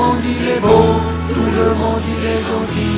monde il est beau, tout le monde il est gentil.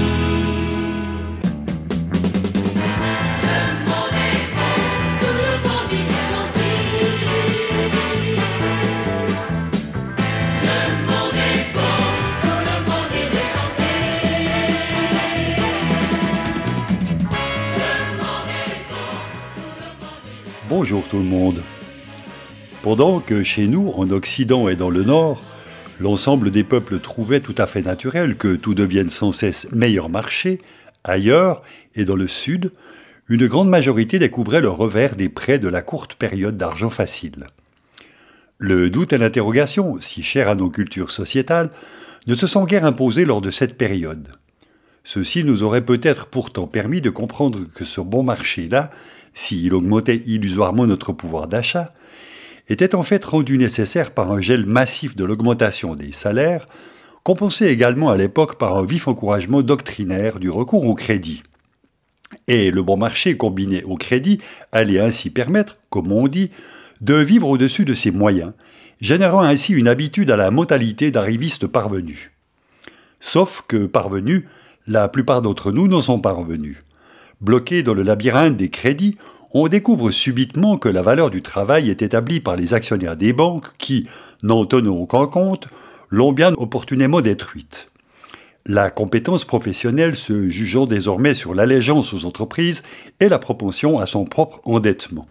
Bonjour tout le monde. Pendant que chez nous, en Occident et dans le Nord, l'ensemble des peuples trouvaient tout à fait naturel que tout devienne sans cesse meilleur marché, ailleurs et dans le Sud, une grande majorité découvrait le revers des prêts de la courte période d'argent facile. Le doute et l'interrogation, si chers à nos cultures sociétales, ne se sont guère imposés lors de cette période. Ceci nous aurait peut-être pourtant permis de comprendre que ce bon marché-là, s'il augmentait illusoirement notre pouvoir d'achat, était en fait rendu nécessaire par un gel massif de l'augmentation des salaires, compensé également à l'époque par un vif encouragement doctrinaire du recours au crédit. Et le bon marché combiné au crédit allait ainsi permettre, comme on dit, de vivre au-dessus de ses moyens, générant ainsi une habitude à la mentalité d'arrivistes parvenus. Sauf que parvenus, la plupart d'entre nous n'en sont pas revenus. Bloqués dans le labyrinthe des crédits, on découvre subitement que la valeur du travail est établie par les actionnaires des banques qui, n'en tenant aucun compte, l'ont bien opportunément détruite. La compétence professionnelle se jugeant désormais sur l'allégeance aux entreprises et la propension à son propre endettement.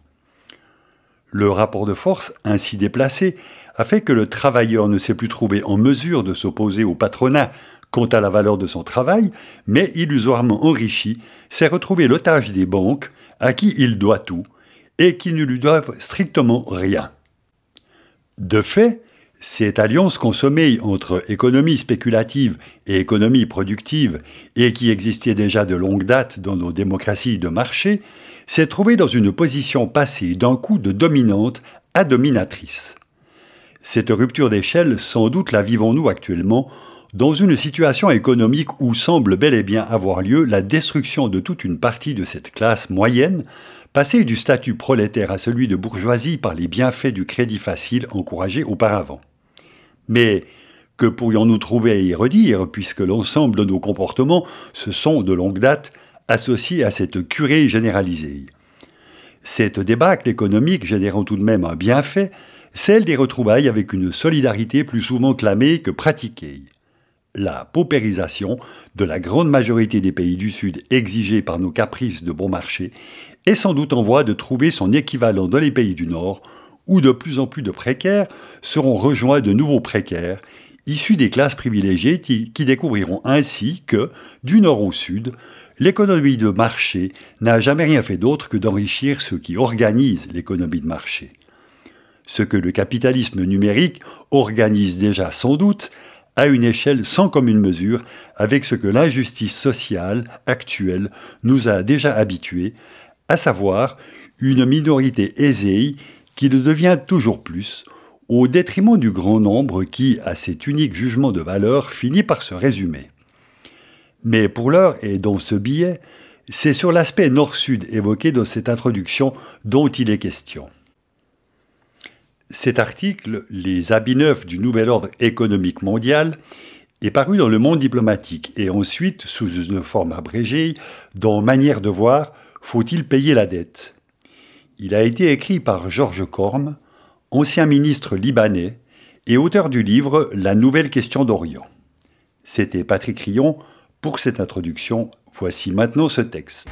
Le rapport de force, ainsi déplacé, a fait que le travailleur ne s'est plus trouvé en mesure de s'opposer au patronat quant à la valeur de son travail, mais illusoirement enrichi, s'est retrouvé l'otage des banques, à qui il doit tout, et qui ne lui doivent strictement rien. De fait, cette alliance consommée entre économie spéculative et économie productive, et qui existait déjà de longue date dans nos démocraties de marché, s'est trouvée dans une position passée d'un coup de dominante à dominatrice. Cette rupture d'échelle, sans doute la vivons-nous actuellement, dans une situation économique où semble bel et bien avoir lieu la destruction de toute une partie de cette classe moyenne, passée du statut prolétaire à celui de bourgeoisie par les bienfaits du crédit facile encouragé auparavant. Mais que pourrions-nous trouver à y redire, puisque l'ensemble de nos comportements se sont, de longue date, associés à cette curée généralisée. Cette débâcle économique générant tout de même un bienfait, celle des retrouvailles avec une solidarité plus souvent clamée que pratiquée. La paupérisation de la grande majorité des pays du Sud exigée par nos caprices de bon marché est sans doute en voie de trouver son équivalent dans les pays du Nord, où de plus en plus de précaires seront rejoints de nouveaux précaires, issus des classes privilégiées qui découvriront ainsi que, du Nord au Sud, l'économie de marché n'a jamais rien fait d'autre que d'enrichir ceux qui organisent l'économie de marché. Ce que le capitalisme numérique organise déjà sans doute, à une échelle sans commune mesure avec ce que l'injustice sociale actuelle nous a déjà habitués, à savoir une minorité aisée qui le devient toujours plus, au détriment du grand nombre qui, à cet unique jugement de valeur, finit par se résumer. Mais pour l'heure, et dans ce billet, c'est sur l'aspect nord-sud évoqué dans cette introduction dont il est question. Cet article, Les habits neufs du nouvel ordre économique mondial, est paru dans Le Monde diplomatique et ensuite, sous une forme abrégée, dans Manière de voir, faut-il payer la dette ? Il a été écrit par Georges Corme, ancien ministre libanais et auteur du livre La nouvelle question d'Orient. C'était Patrick Rion pour cette introduction. Voici maintenant ce texte.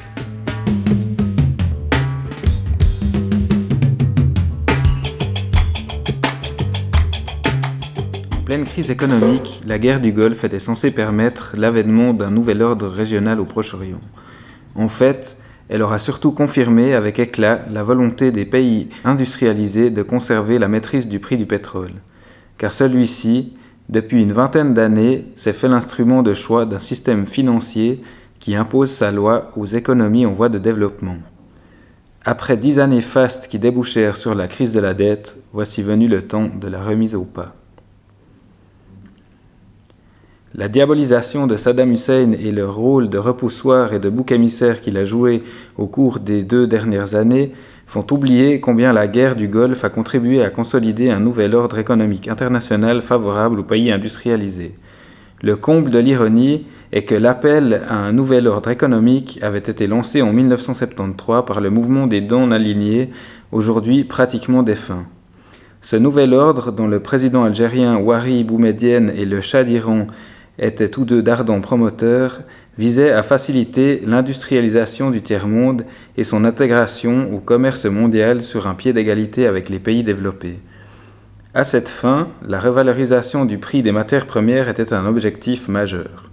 En pleine crise économique, la guerre du Golfe était censée permettre l'avènement d'un nouvel ordre régional au Proche-Orient. En fait, elle aura surtout confirmé avec éclat la volonté des pays industrialisés de conserver la maîtrise du prix du pétrole. Car celui-ci, depuis une vingtaine d'années, s'est fait l'instrument de choix d'un système financier qui impose sa loi aux économies en voie de développement. Après 10 années fastes qui débouchèrent sur la crise de la dette, voici venu le temps de la remise au pas. La diabolisation de Saddam Hussein et le rôle de repoussoir et de bouc émissaire qu'il a joué au cours des 2 dernières années font oublier combien la guerre du Golfe a contribué à consolider un nouvel ordre économique international favorable aux pays industrialisés. Le comble de l'ironie est que l'appel à un nouvel ordre économique avait été lancé en 1973 par le mouvement des non-alignés, aujourd'hui pratiquement défunt. Ce nouvel ordre, dont le président algérien Ouari Boumedienne et le Shah d'Iran étaient tous deux d'ardents promoteurs, visait à faciliter l'industrialisation du tiers-monde et son intégration au commerce mondial sur un pied d'égalité avec les pays développés. À cette fin, la revalorisation du prix des matières premières était un objectif majeur.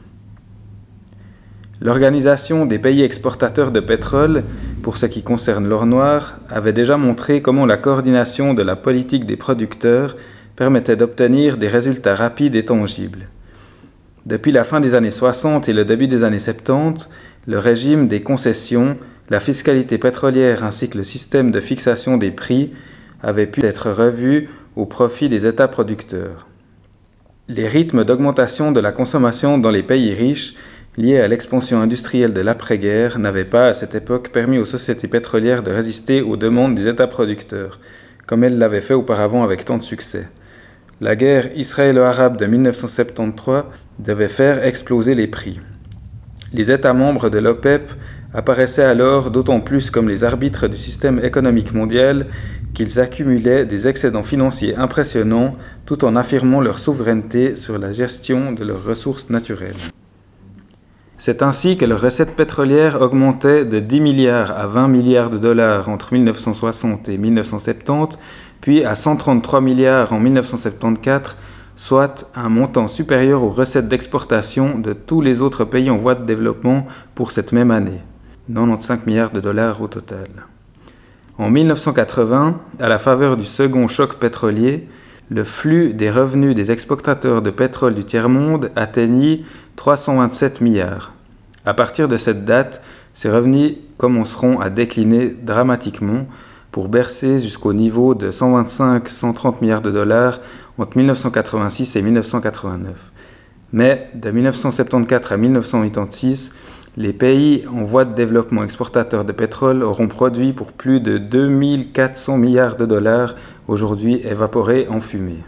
L'Organisation des pays exportateurs de pétrole, pour ce qui concerne l'or noir, avait déjà montré comment la coordination de la politique des producteurs permettait d'obtenir des résultats rapides et tangibles. Depuis la fin des années 60 et le début des années 70, le régime des concessions, la fiscalité pétrolière ainsi que le système de fixation des prix avaient pu être revus au profit des États producteurs. Les rythmes d'augmentation de la consommation dans les pays riches liés à l'expansion industrielle de l'après-guerre n'avaient pas, à cette époque, permis aux sociétés pétrolières de résister aux demandes des États producteurs, comme elles l'avaient fait auparavant avec tant de succès. La guerre israélo-arabe de 1973 devait faire exploser les prix. Les États membres de l'OPEP apparaissaient alors d'autant plus comme les arbitres du système économique mondial qu'ils accumulaient des excédents financiers impressionnants tout en affirmant leur souveraineté sur la gestion de leurs ressources naturelles. C'est ainsi que leurs recettes pétrolières augmentaient de 10 milliards à 20 milliards de dollars entre 1960 et 1970, puis à 133 milliards en 1974, soit un montant supérieur aux recettes d'exportation de tous les autres pays en voie de développement pour cette même année, 95 milliards de dollars au total. En 1980, à la faveur du second choc pétrolier, le flux des revenus des exportateurs de pétrole du tiers-monde atteignit 327 milliards. À partir de cette date, ces revenus commenceront à décliner dramatiquement pour bercer jusqu'au niveau de 125-130 milliards de dollars entre 1986 et 1989. Mais de 1974 à 1986, les pays en voie de développement exportateurs de pétrole auront produit pour plus de 2400 milliards de dollars, aujourd'hui évaporés en fumée.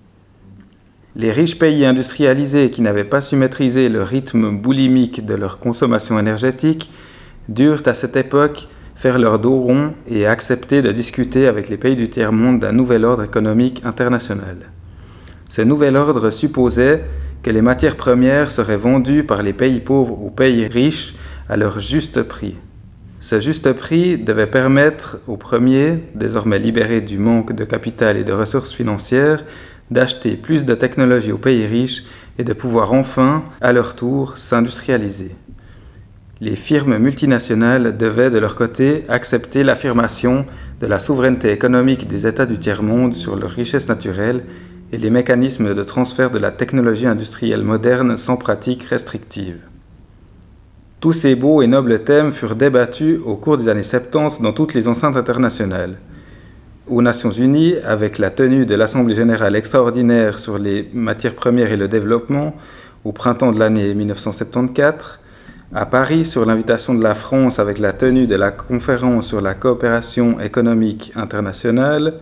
Les riches pays industrialisés qui n'avaient pas su maîtriser le rythme boulimique de leur consommation énergétique durent à cette époque faire leur dos rond et accepter de discuter avec les pays du tiers-monde d'un nouvel ordre économique international. Ce nouvel ordre supposait que les matières premières seraient vendues par les pays pauvres aux pays riches à leur juste prix. Ce juste prix devait permettre aux premiers, désormais libérés du manque de capital et de ressources financières, d'acheter plus de technologies aux pays riches et de pouvoir enfin, à leur tour, s'industrialiser. Les firmes multinationales devaient, de leur côté, accepter l'affirmation de la souveraineté économique des États du tiers-monde sur leurs richesses naturelles et les mécanismes de transfert de la technologie industrielle moderne sans pratique restrictive. Tous ces beaux et nobles thèmes furent débattus au cours des années 70 dans toutes les enceintes internationales. Aux Nations Unies, avec la tenue de l'Assemblée générale extraordinaire sur les matières premières et le développement, au printemps de l'année 1974, à Paris, sur l'invitation de la France, avec la tenue de la conférence sur la coopération économique internationale,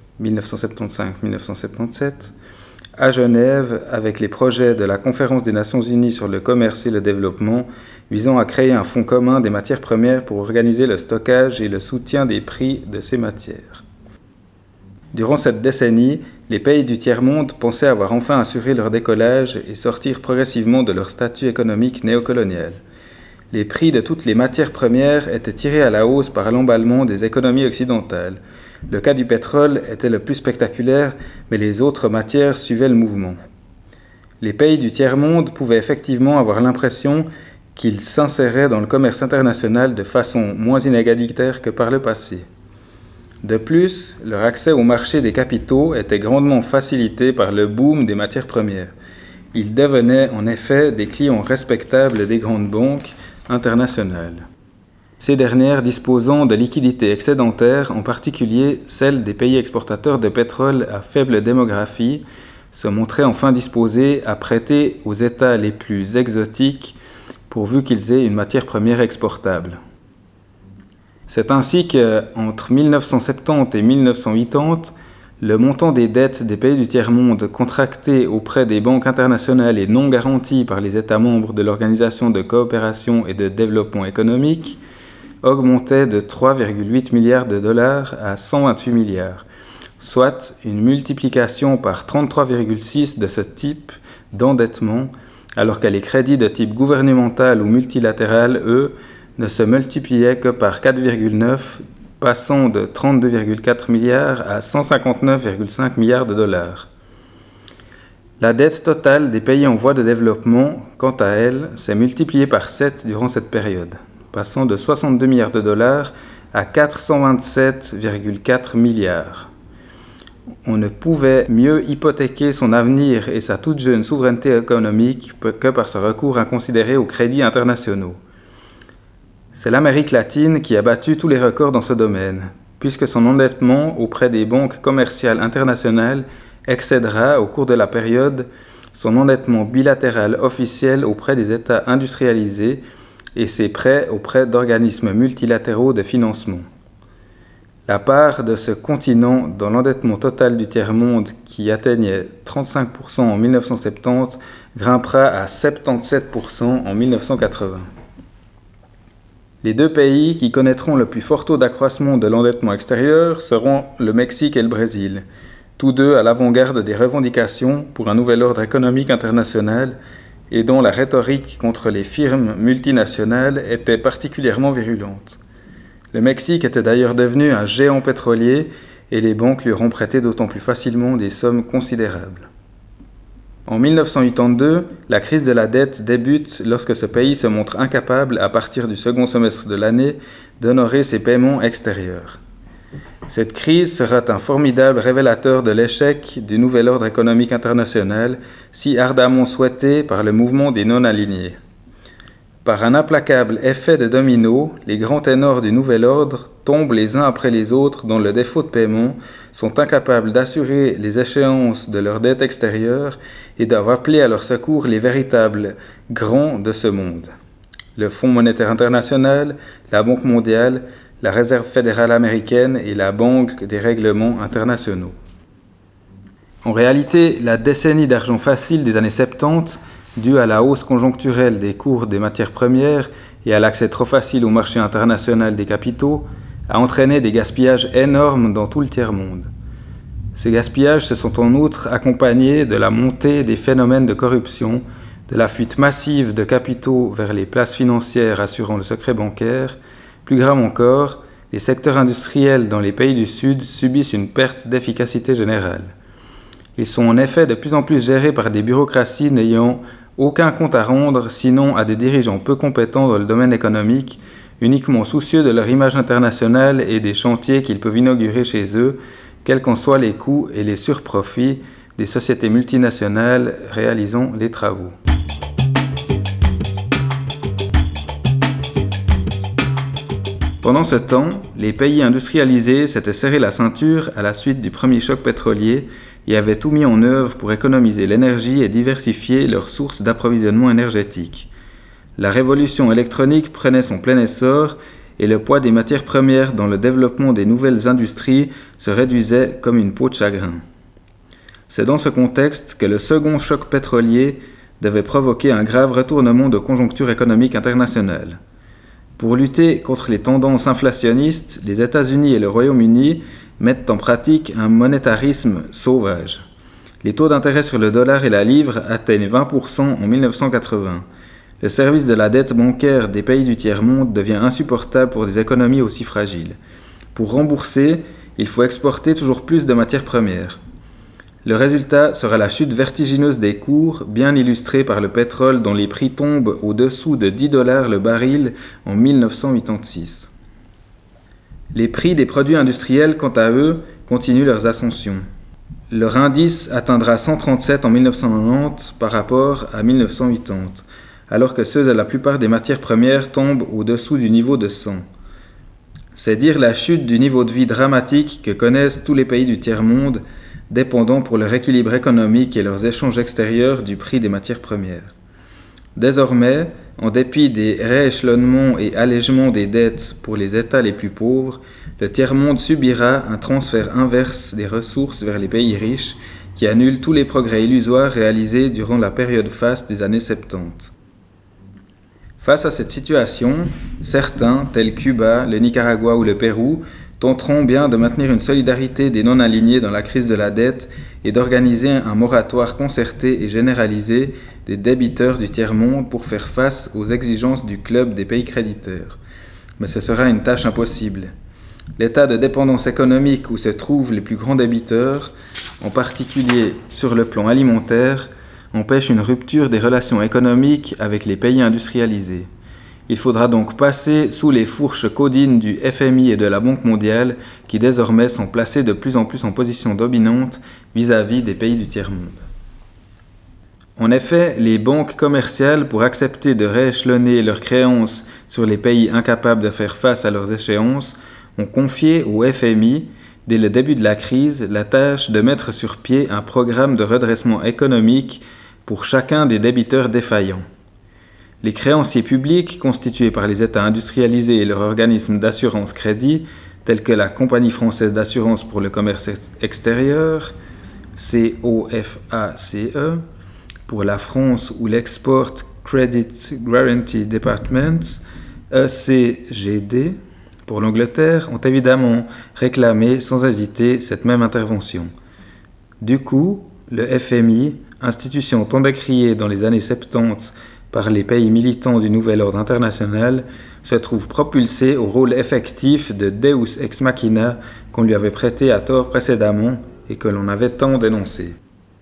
1975-1977, à Genève, avec les projets de la Conférence des Nations Unies sur le commerce et le développement, visant à créer un fonds commun des matières premières pour organiser le stockage et le soutien des prix de ces matières. Durant cette décennie, les pays du tiers-monde pensaient avoir enfin assuré leur décollage et sortir progressivement de leur statut économique néocolonial. Les prix de toutes les matières premières étaient tirés à la hausse par l'emballement des économies occidentales. Le cas du pétrole était le plus spectaculaire, mais les autres matières suivaient le mouvement. Les pays du tiers-monde pouvaient effectivement avoir l'impression qu'ils s'inséraient dans le commerce international de façon moins inégalitaire que par le passé. De plus, leur accès au marché des capitaux était grandement facilité par le boom des matières premières. Ils devenaient en effet des clients respectables des grandes banques internationales. Ces dernières disposant de liquidités excédentaires, en particulier celles des pays exportateurs de pétrole à faible démographie, se montraient enfin disposées à prêter aux États les plus exotiques pourvu qu'ils aient une matière première exportable. C'est ainsi qu'entre 1970 et 1980, Le montant des dettes des pays du tiers-monde contractées auprès des banques internationales et non garanties par les États membres de l'Organisation de coopération et de développement économique augmentait de 3,8 milliards de dollars à 128 milliards, soit une multiplication par 33,6 de ce type d'endettement, alors que les crédits de type gouvernemental ou multilatéral, eux, ne se multipliaient que par 4,9, passant de 32,4 milliards à 159,5 milliards de dollars. La dette totale des pays en voie de développement, quant à elle, s'est multipliée par 7 durant cette période, passant de 62 milliards de dollars à 427,4 milliards. On ne pouvait mieux hypothéquer son avenir et sa toute jeune souveraineté économique que par ce recours inconsidéré aux crédits internationaux. C'est l'Amérique latine qui a battu tous les records dans ce domaine, puisque son endettement auprès des banques commerciales internationales excédera, au cours de la période, son endettement bilatéral officiel auprès des États industrialisés et ses prêts auprès d'organismes multilatéraux de financement. La part de ce continent dans l'endettement total du tiers-monde, qui atteignait 35% en 1970, grimpera à 77% en 1980. Les deux pays qui connaîtront le plus fort taux d'accroissement de l'endettement extérieur seront le Mexique et le Brésil, tous deux à l'avant-garde des revendications pour un nouvel ordre économique international et dont la rhétorique contre les firmes multinationales était particulièrement virulente. Le Mexique était d'ailleurs devenu un géant pétrolier et les banques lui auront prêté d'autant plus facilement des sommes considérables. En 1982, la crise de la dette débute lorsque ce pays se montre incapable, à partir du second semestre de l'année, d'honorer ses paiements extérieurs. Cette crise sera un formidable révélateur de l'échec du nouvel ordre économique international, si ardemment souhaité par le mouvement des non-alignés. Par un implacable effet de domino, les grands ténors du nouvel ordre tombent les uns après les autres dans le défaut de paiement, sont incapables d'assurer les échéances de leur dette extérieure et doivent appeler à leur secours les véritables grands de ce monde. Le Fonds monétaire international, la Banque mondiale, la Réserve fédérale américaine et la Banque des règlements internationaux. En réalité, la décennie d'argent facile des années 70, due à la hausse conjoncturelle des cours des matières premières et à l'accès trop facile au marché international des capitaux, a entraîné des gaspillages énormes dans tout le tiers-monde. Ces gaspillages se sont en outre accompagnés de la montée des phénomènes de corruption, de la fuite massive de capitaux vers les places financières assurant le secret bancaire. Plus grave encore, les secteurs industriels dans les pays du Sud subissent une perte d'efficacité générale. Ils sont en effet de plus en plus gérés par des bureaucraties n'ayant aucun compte à rendre, sinon à des dirigeants peu compétents dans le domaine économique, uniquement soucieux de leur image internationale et des chantiers qu'ils peuvent inaugurer chez eux, quels qu'en soient les coûts et les surprofits des sociétés multinationales réalisant les travaux. Pendant ce temps, les pays industrialisés s'étaient serré la ceinture à la suite du premier choc pétrolier et avaient tout mis en œuvre pour économiser l'énergie et diversifier leurs sources d'approvisionnement énergétique. La révolution électronique prenait son plein essor et le poids des matières premières dans le développement des nouvelles industries se réduisait comme une peau de chagrin. C'est dans ce contexte que le second choc pétrolier devait provoquer un grave retournement de conjoncture économique internationale. Pour lutter contre les tendances inflationnistes, les États-Unis et le Royaume-Uni mettent en pratique un monétarisme sauvage. Les taux d'intérêt sur le dollar et la livre atteignent 20% en 1980. Le service de la dette bancaire des pays du tiers-monde devient insupportable pour des économies aussi fragiles. Pour rembourser, il faut exporter toujours plus de matières premières. Le résultat sera la chute vertigineuse des cours, bien illustrée par le pétrole dont les prix tombent au-dessous de $10 le baril en 1986. Les prix des produits industriels, quant à eux, continuent leurs ascensions. Leur indice atteindra 137 en 1990 par rapport à 1980, alors que ceux de la plupart des matières premières tombent au-dessous du niveau de 100. C'est dire la chute du niveau de vie dramatique que connaissent tous les pays du tiers-monde, dépendant pour leur équilibre économique et leurs échanges extérieurs du prix des matières premières. Désormais, en dépit des rééchelonnements et allègements des dettes pour les États les plus pauvres, le tiers-monde subira un transfert inverse des ressources vers les pays riches qui annule tous les progrès illusoires réalisés durant la période faste des années 70. Face à cette situation, certains, tels Cuba, le Nicaragua ou le Pérou, tenteront bien de maintenir une solidarité des non-alignés dans la crise de la dette et d'organiser un moratoire concerté et généralisé des débiteurs du tiers-monde pour faire face aux exigences du club des pays créditeurs. Mais ce sera une tâche impossible. L'état de dépendance économique où se trouvent les plus grands débiteurs, en particulier sur le plan alimentaire, empêche une rupture des relations économiques avec les pays industrialisés. Il faudra donc passer sous les fourches codines du FMI et de la Banque mondiale qui désormais sont placés de plus en plus en position dominante vis-à-vis des pays du tiers-monde. En effet, les banques commerciales, pour accepter de rééchelonner leurs créances sur les pays incapables de faire face à leurs échéances, ont confié au FMI, dès le début de la crise, la tâche de mettre sur pied un programme de redressement économique pour chacun des débiteurs défaillants. Les créanciers publics, constitués par les États industrialisés et leurs organismes d'assurance-crédit, tels que la Compagnie française d'assurance pour le commerce extérieur, COFACE, pour la France ou l'Export Credit Guarantee Department, ECGD, pour l'Angleterre, ont évidemment réclamé sans hésiter cette même intervention. Du coup, le FMI, institution tant décriée dans les années 70 par les pays militants du nouvel ordre international, se trouve propulsé au rôle effectif de Deus ex machina qu'on lui avait prêté à tort précédemment et que l'on avait tant dénoncé.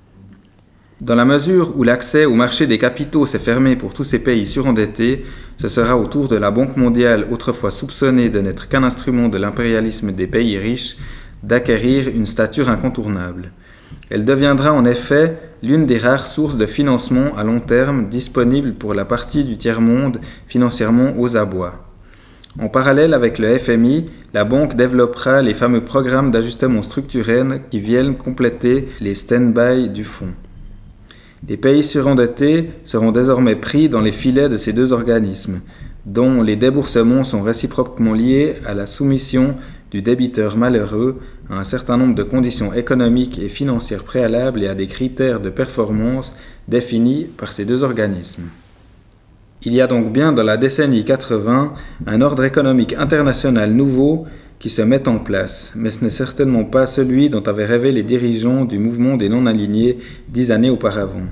Dans la mesure où l'accès au marché des capitaux s'est fermé pour tous ces pays surendettés, ce sera au tour de la Banque mondiale, autrefois soupçonnée de n'être qu'un instrument de l'impérialisme des pays riches, d'acquérir une stature incontournable. Elle deviendra en effet l'une des rares sources de financement à long terme disponibles pour la partie du tiers-monde financièrement aux abois. En parallèle avec le FMI, la banque développera les fameux programmes d'ajustement structurel qui viennent compléter les stand-by du fonds. Les pays surendettés seront désormais pris dans les filets de ces deux organismes, dont les déboursements sont réciproquement liés à la soumission du débiteur malheureux à un certain nombre de conditions économiques et financières préalables et à des critères de performance définis par ces deux organismes. Il y a donc bien dans la décennie 80 un ordre économique international nouveau qui se met en place, mais ce n'est certainement pas celui dont avaient rêvé les dirigeants du mouvement des non-alignés 10 années auparavant.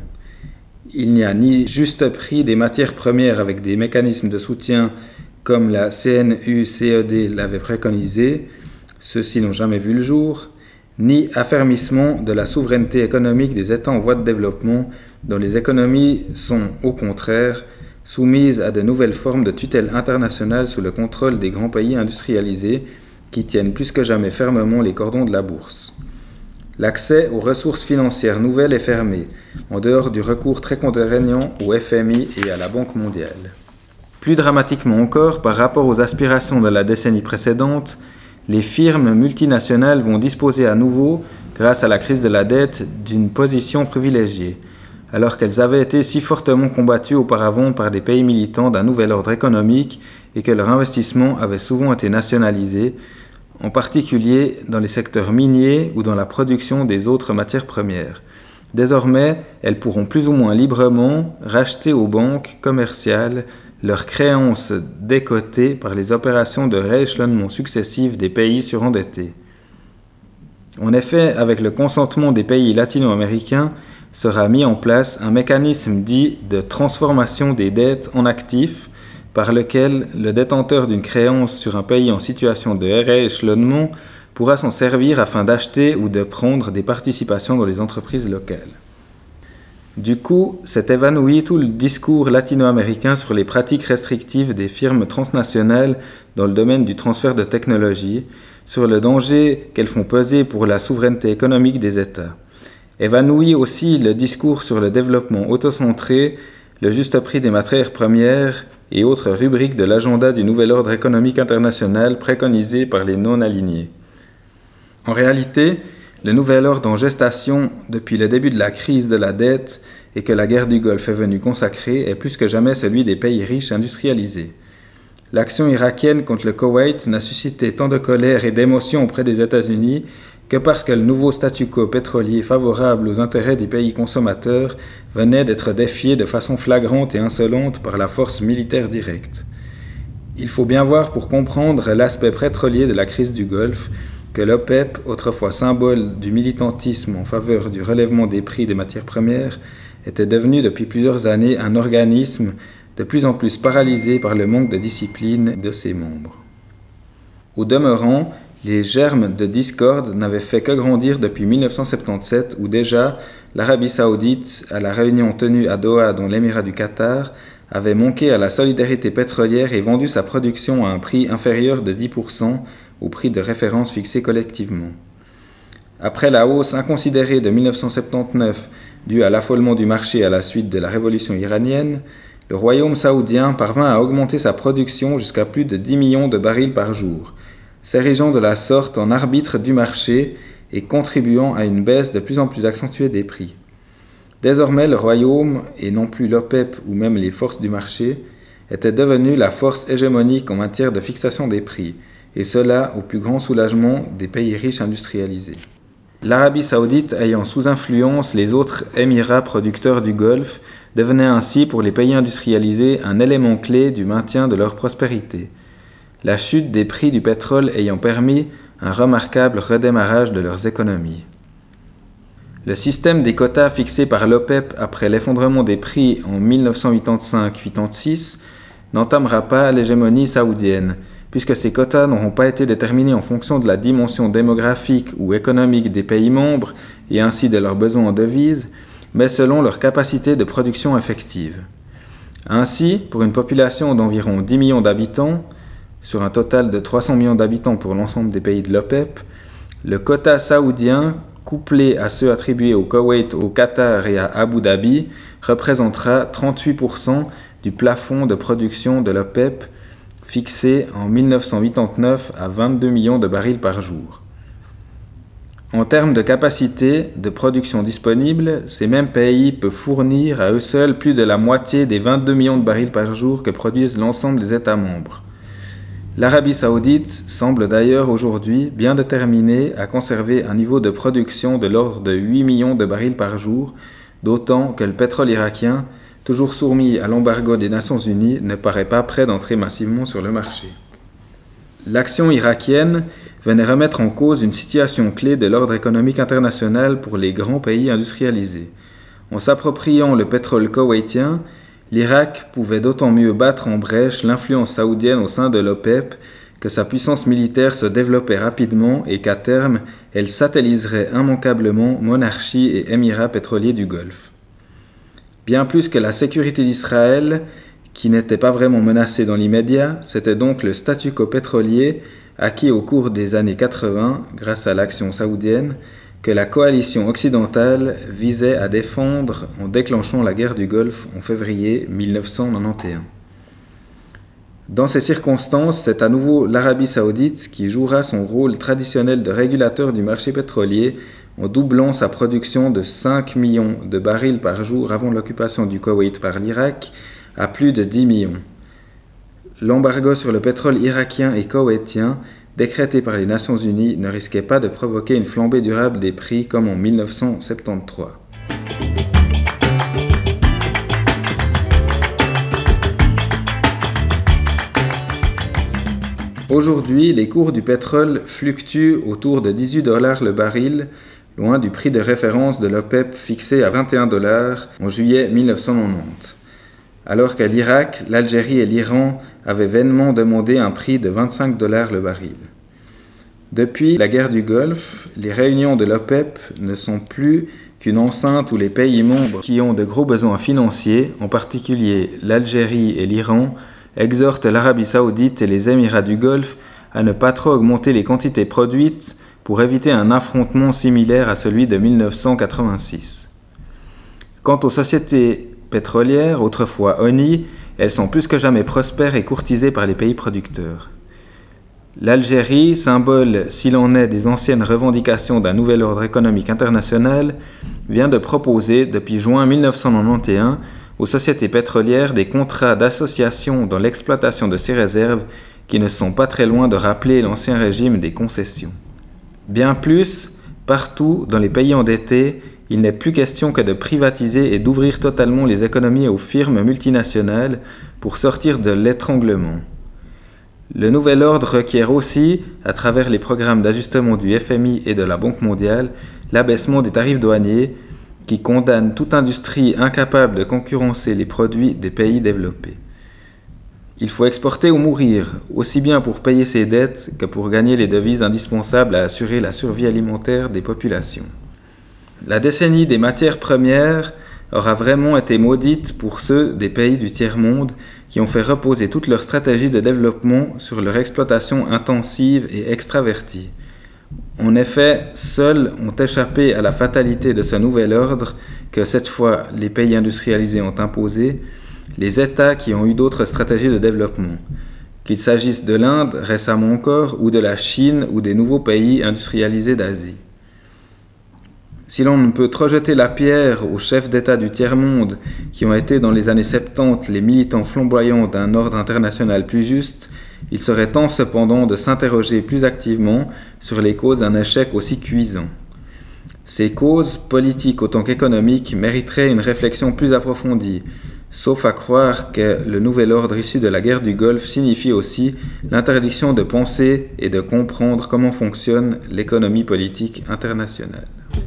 Il n'y a ni juste prix des matières premières avec des mécanismes de soutien comme la CNU-CED l'avait préconisé, ceux-ci n'ont jamais vu le jour, ni affermissement de la souveraineté économique des États en voie de développement, dont les économies sont, au contraire, soumises à de nouvelles formes de tutelle internationale sous le contrôle des grands pays industrialisés qui tiennent plus que jamais fermement les cordons de la bourse. L'accès aux ressources financières nouvelles est fermé, en dehors du recours très contraignant au FMI et à la Banque mondiale. Plus dramatiquement encore, par rapport aux aspirations de la décennie précédente, les firmes multinationales vont disposer à nouveau, grâce à la crise de la dette, d'une position privilégiée, alors qu'elles avaient été si fortement combattues auparavant par des pays militants d'un nouvel ordre économique et que leur investissement avait souvent été nationalisé, en particulier dans les secteurs miniers ou dans la production des autres matières premières. Désormais, elles pourront plus ou moins librement racheter aux banques commerciales leurs créances décotées par les opérations de rééchelonnement successifs des pays surendettés. En effet, avec le consentement des pays latino-américains, sera mis en place un mécanisme dit de transformation des dettes en actifs, par lequel le détenteur d'une créance sur un pays en situation de rééchelonnement pourra s'en servir afin d'acheter ou de prendre des participations dans les entreprises locales. Du coup, s'est évanoui tout le discours latino-américain sur les pratiques restrictives des firmes transnationales dans le domaine du transfert de technologie, sur le danger qu'elles font peser pour la souveraineté économique des États. Évanoui aussi le discours sur le développement autocentré, le juste prix des matières premières et autres rubriques de l'agenda du nouvel ordre économique international préconisé par les non-alignés. En réalité, le nouvel ordre en gestation depuis le début de la crise de la dette et que la guerre du Golfe est venue consacrer est plus que jamais celui des pays riches industrialisés. L'action irakienne contre le Koweït n'a suscité tant de colère et d'émotion auprès des États-Unis que parce que le nouveau statu quo pétrolier favorable aux intérêts des pays consommateurs venait d'être défié de façon flagrante et insolente par la force militaire directe. Il faut bien voir pour comprendre l'aspect pétrolier de la crise du Golfe que l'OPEP, autrefois symbole du militantisme en faveur du relèvement des prix des matières premières, était devenu depuis plusieurs années un organisme de plus en plus paralysé par le manque de discipline de ses membres. Au demeurant, les germes de discorde n'avaient fait que grandir depuis 1977 où déjà l'Arabie Saoudite, à la réunion tenue à Doha dans l'Émirat du Qatar, avait manqué à la solidarité pétrolière et vendu sa production à un prix inférieur de 10% au prix de référence fixé collectivement. Après la hausse inconsidérée de 1979 due à l'affolement du marché à la suite de la révolution iranienne, le royaume saoudien parvint à augmenter sa production jusqu'à plus de 10 millions de barils par jour, s'érigeant de la sorte en arbitre du marché et contribuant à une baisse de plus en plus accentuée des prix. Désormais, le royaume, et non plus l'OPEP ou même les forces du marché, était devenu la force hégémonique en matière de fixation des prix, et cela au plus grand soulagement des pays riches industrialisés. L'Arabie saoudite ayant sous influence les autres émirats producteurs du Golfe devenait ainsi pour les pays industrialisés un élément clé du maintien de leur prospérité. La chute des prix du pétrole ayant permis un remarquable redémarrage de leurs économies. Le système des quotas fixé par l'OPEP après l'effondrement des prix en 1985-86 n'entamera pas l'hégémonie saoudienne, puisque ces quotas n'auront pas été déterminés en fonction de la dimension démographique ou économique des pays membres et ainsi de leurs besoins en devises, mais selon leur capacité de production effective. Ainsi, pour une population d'environ 10 millions d'habitants, sur un total de 300 millions d'habitants pour l'ensemble des pays de l'OPEP, le quota saoudien, couplé à ceux attribués au Koweït, au Qatar et à Abu Dhabi, représentera 38% du plafond de production de l'OPEP, fixé en 1989 à 22 millions de barils par jour. En termes de capacité de production disponible, ces mêmes pays peuvent fournir à eux seuls plus de la moitié des 22 millions de barils par jour que produisent l'ensemble des États membres. L'Arabie saoudite semble d'ailleurs aujourd'hui bien déterminée à conserver un niveau de production de l'ordre de 8 millions de barils par jour, d'autant que le pétrole irakien, toujours soumis à l'embargo des Nations Unies, ne paraît pas prêt d'entrer massivement sur le marché. L'action irakienne venait remettre en cause une situation clé de l'ordre économique international pour les grands pays industrialisés. En s'appropriant le pétrole koweïtien, l'Irak pouvait d'autant mieux battre en brèche l'influence saoudienne au sein de l'OPEP que sa puissance militaire se développait rapidement et qu'à terme, elle satelliserait immanquablement monarchies et émirats pétroliers du Golfe. Bien plus que la sécurité d'Israël, qui n'était pas vraiment menacée dans l'immédiat, c'était donc le statu quo pétrolier acquis au cours des années 80 grâce à l'action saoudienne que la coalition occidentale visait à défendre en déclenchant la guerre du Golfe en février 1991. Dans ces circonstances, c'est à nouveau l'Arabie saoudite qui jouera son rôle traditionnel de régulateur du marché pétrolier en doublant sa production de 5 millions de barils par jour avant l'occupation du Koweït par l'Irak à plus de 10 millions. L'embargo sur le pétrole irakien et koweïtien décrété par les Nations Unies ne risquait pas de provoquer une flambée durable des prix comme en 1973. Aujourd'hui, les cours du pétrole fluctuent autour de $18 le baril, loin du prix de référence de l'OPEP fixé à $21 en juillet 1990. Alors qu'à l'Irak, l'Algérie et l'Iran avaient vainement demandé un prix de $25 le baril. Depuis la guerre du Golfe, les réunions de l'OPEP ne sont plus qu'une enceinte où les pays membres qui ont de gros besoins financiers, en particulier l'Algérie et l'Iran, exhortent l'Arabie saoudite et les Émirats du Golfe à ne pas trop augmenter les quantités produites pour éviter un affrontement similaire à celui de 1986. Quant aux sociétés pétrolières, autrefois honnies, elles sont plus que jamais prospères et courtisées par les pays producteurs. L'Algérie, symbole s'il en est des anciennes revendications d'un nouvel ordre économique international, vient de proposer depuis juin 1991 aux sociétés pétrolières des contrats d'association dans l'exploitation de ces réserves qui ne sont pas très loin de rappeler l'ancien régime des concessions. Bien plus, partout dans les pays endettés, il n'est plus question que de privatiser et d'ouvrir totalement les économies aux firmes multinationales pour sortir de l'étranglement. Le nouvel ordre requiert aussi, à travers les programmes d'ajustement du FMI et de la Banque mondiale, l'abaissement des tarifs douaniers qui condamnent toute industrie incapable de concurrencer les produits des pays développés. Il faut exporter ou mourir, aussi bien pour payer ses dettes que pour gagner les devises indispensables à assurer la survie alimentaire des populations. La décennie des matières premières aura vraiment été maudite pour ceux des pays du tiers-monde qui ont fait reposer toute leur stratégie de développement sur leur exploitation intensive et extravertie. En effet, seuls ont échappé à la fatalité de ce nouvel ordre que cette fois les pays industrialisés ont imposé, les États qui ont eu d'autres stratégies de développement, qu'il s'agisse de l'Inde récemment encore ou de la Chine ou des nouveaux pays industrialisés d'Asie. Si l'on ne peut trop jeter la pierre aux chefs d'État du tiers-monde qui ont été dans les années 70 les militants flamboyants d'un ordre international plus juste, il serait temps cependant de s'interroger plus activement sur les causes d'un échec aussi cuisant. Ces causes, politiques autant qu'économiques, mériteraient une réflexion plus approfondie, sauf à croire que le nouvel ordre issu de la guerre du Golfe signifie aussi l'interdiction de penser et de comprendre comment fonctionne l'économie politique internationale.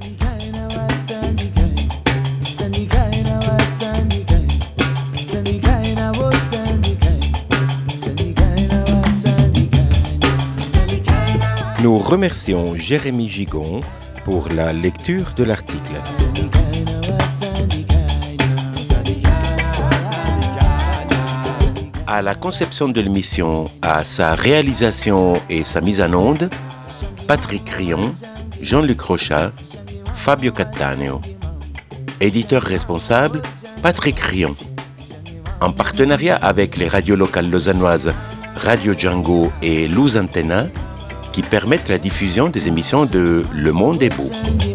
Nous remercions Jérémy Gigon pour la lecture de l'article. À la conception de l'émission, à sa réalisation et sa mise en onde, Patrick Rion, Jean-Luc Rochat, Fabio Cattaneo. Éditeur responsable, Patrick Rion. En partenariat avec les radios locales lausannoises Radio Django et Luz Antena, qui permettent la diffusion des émissions de Le Monde est beau.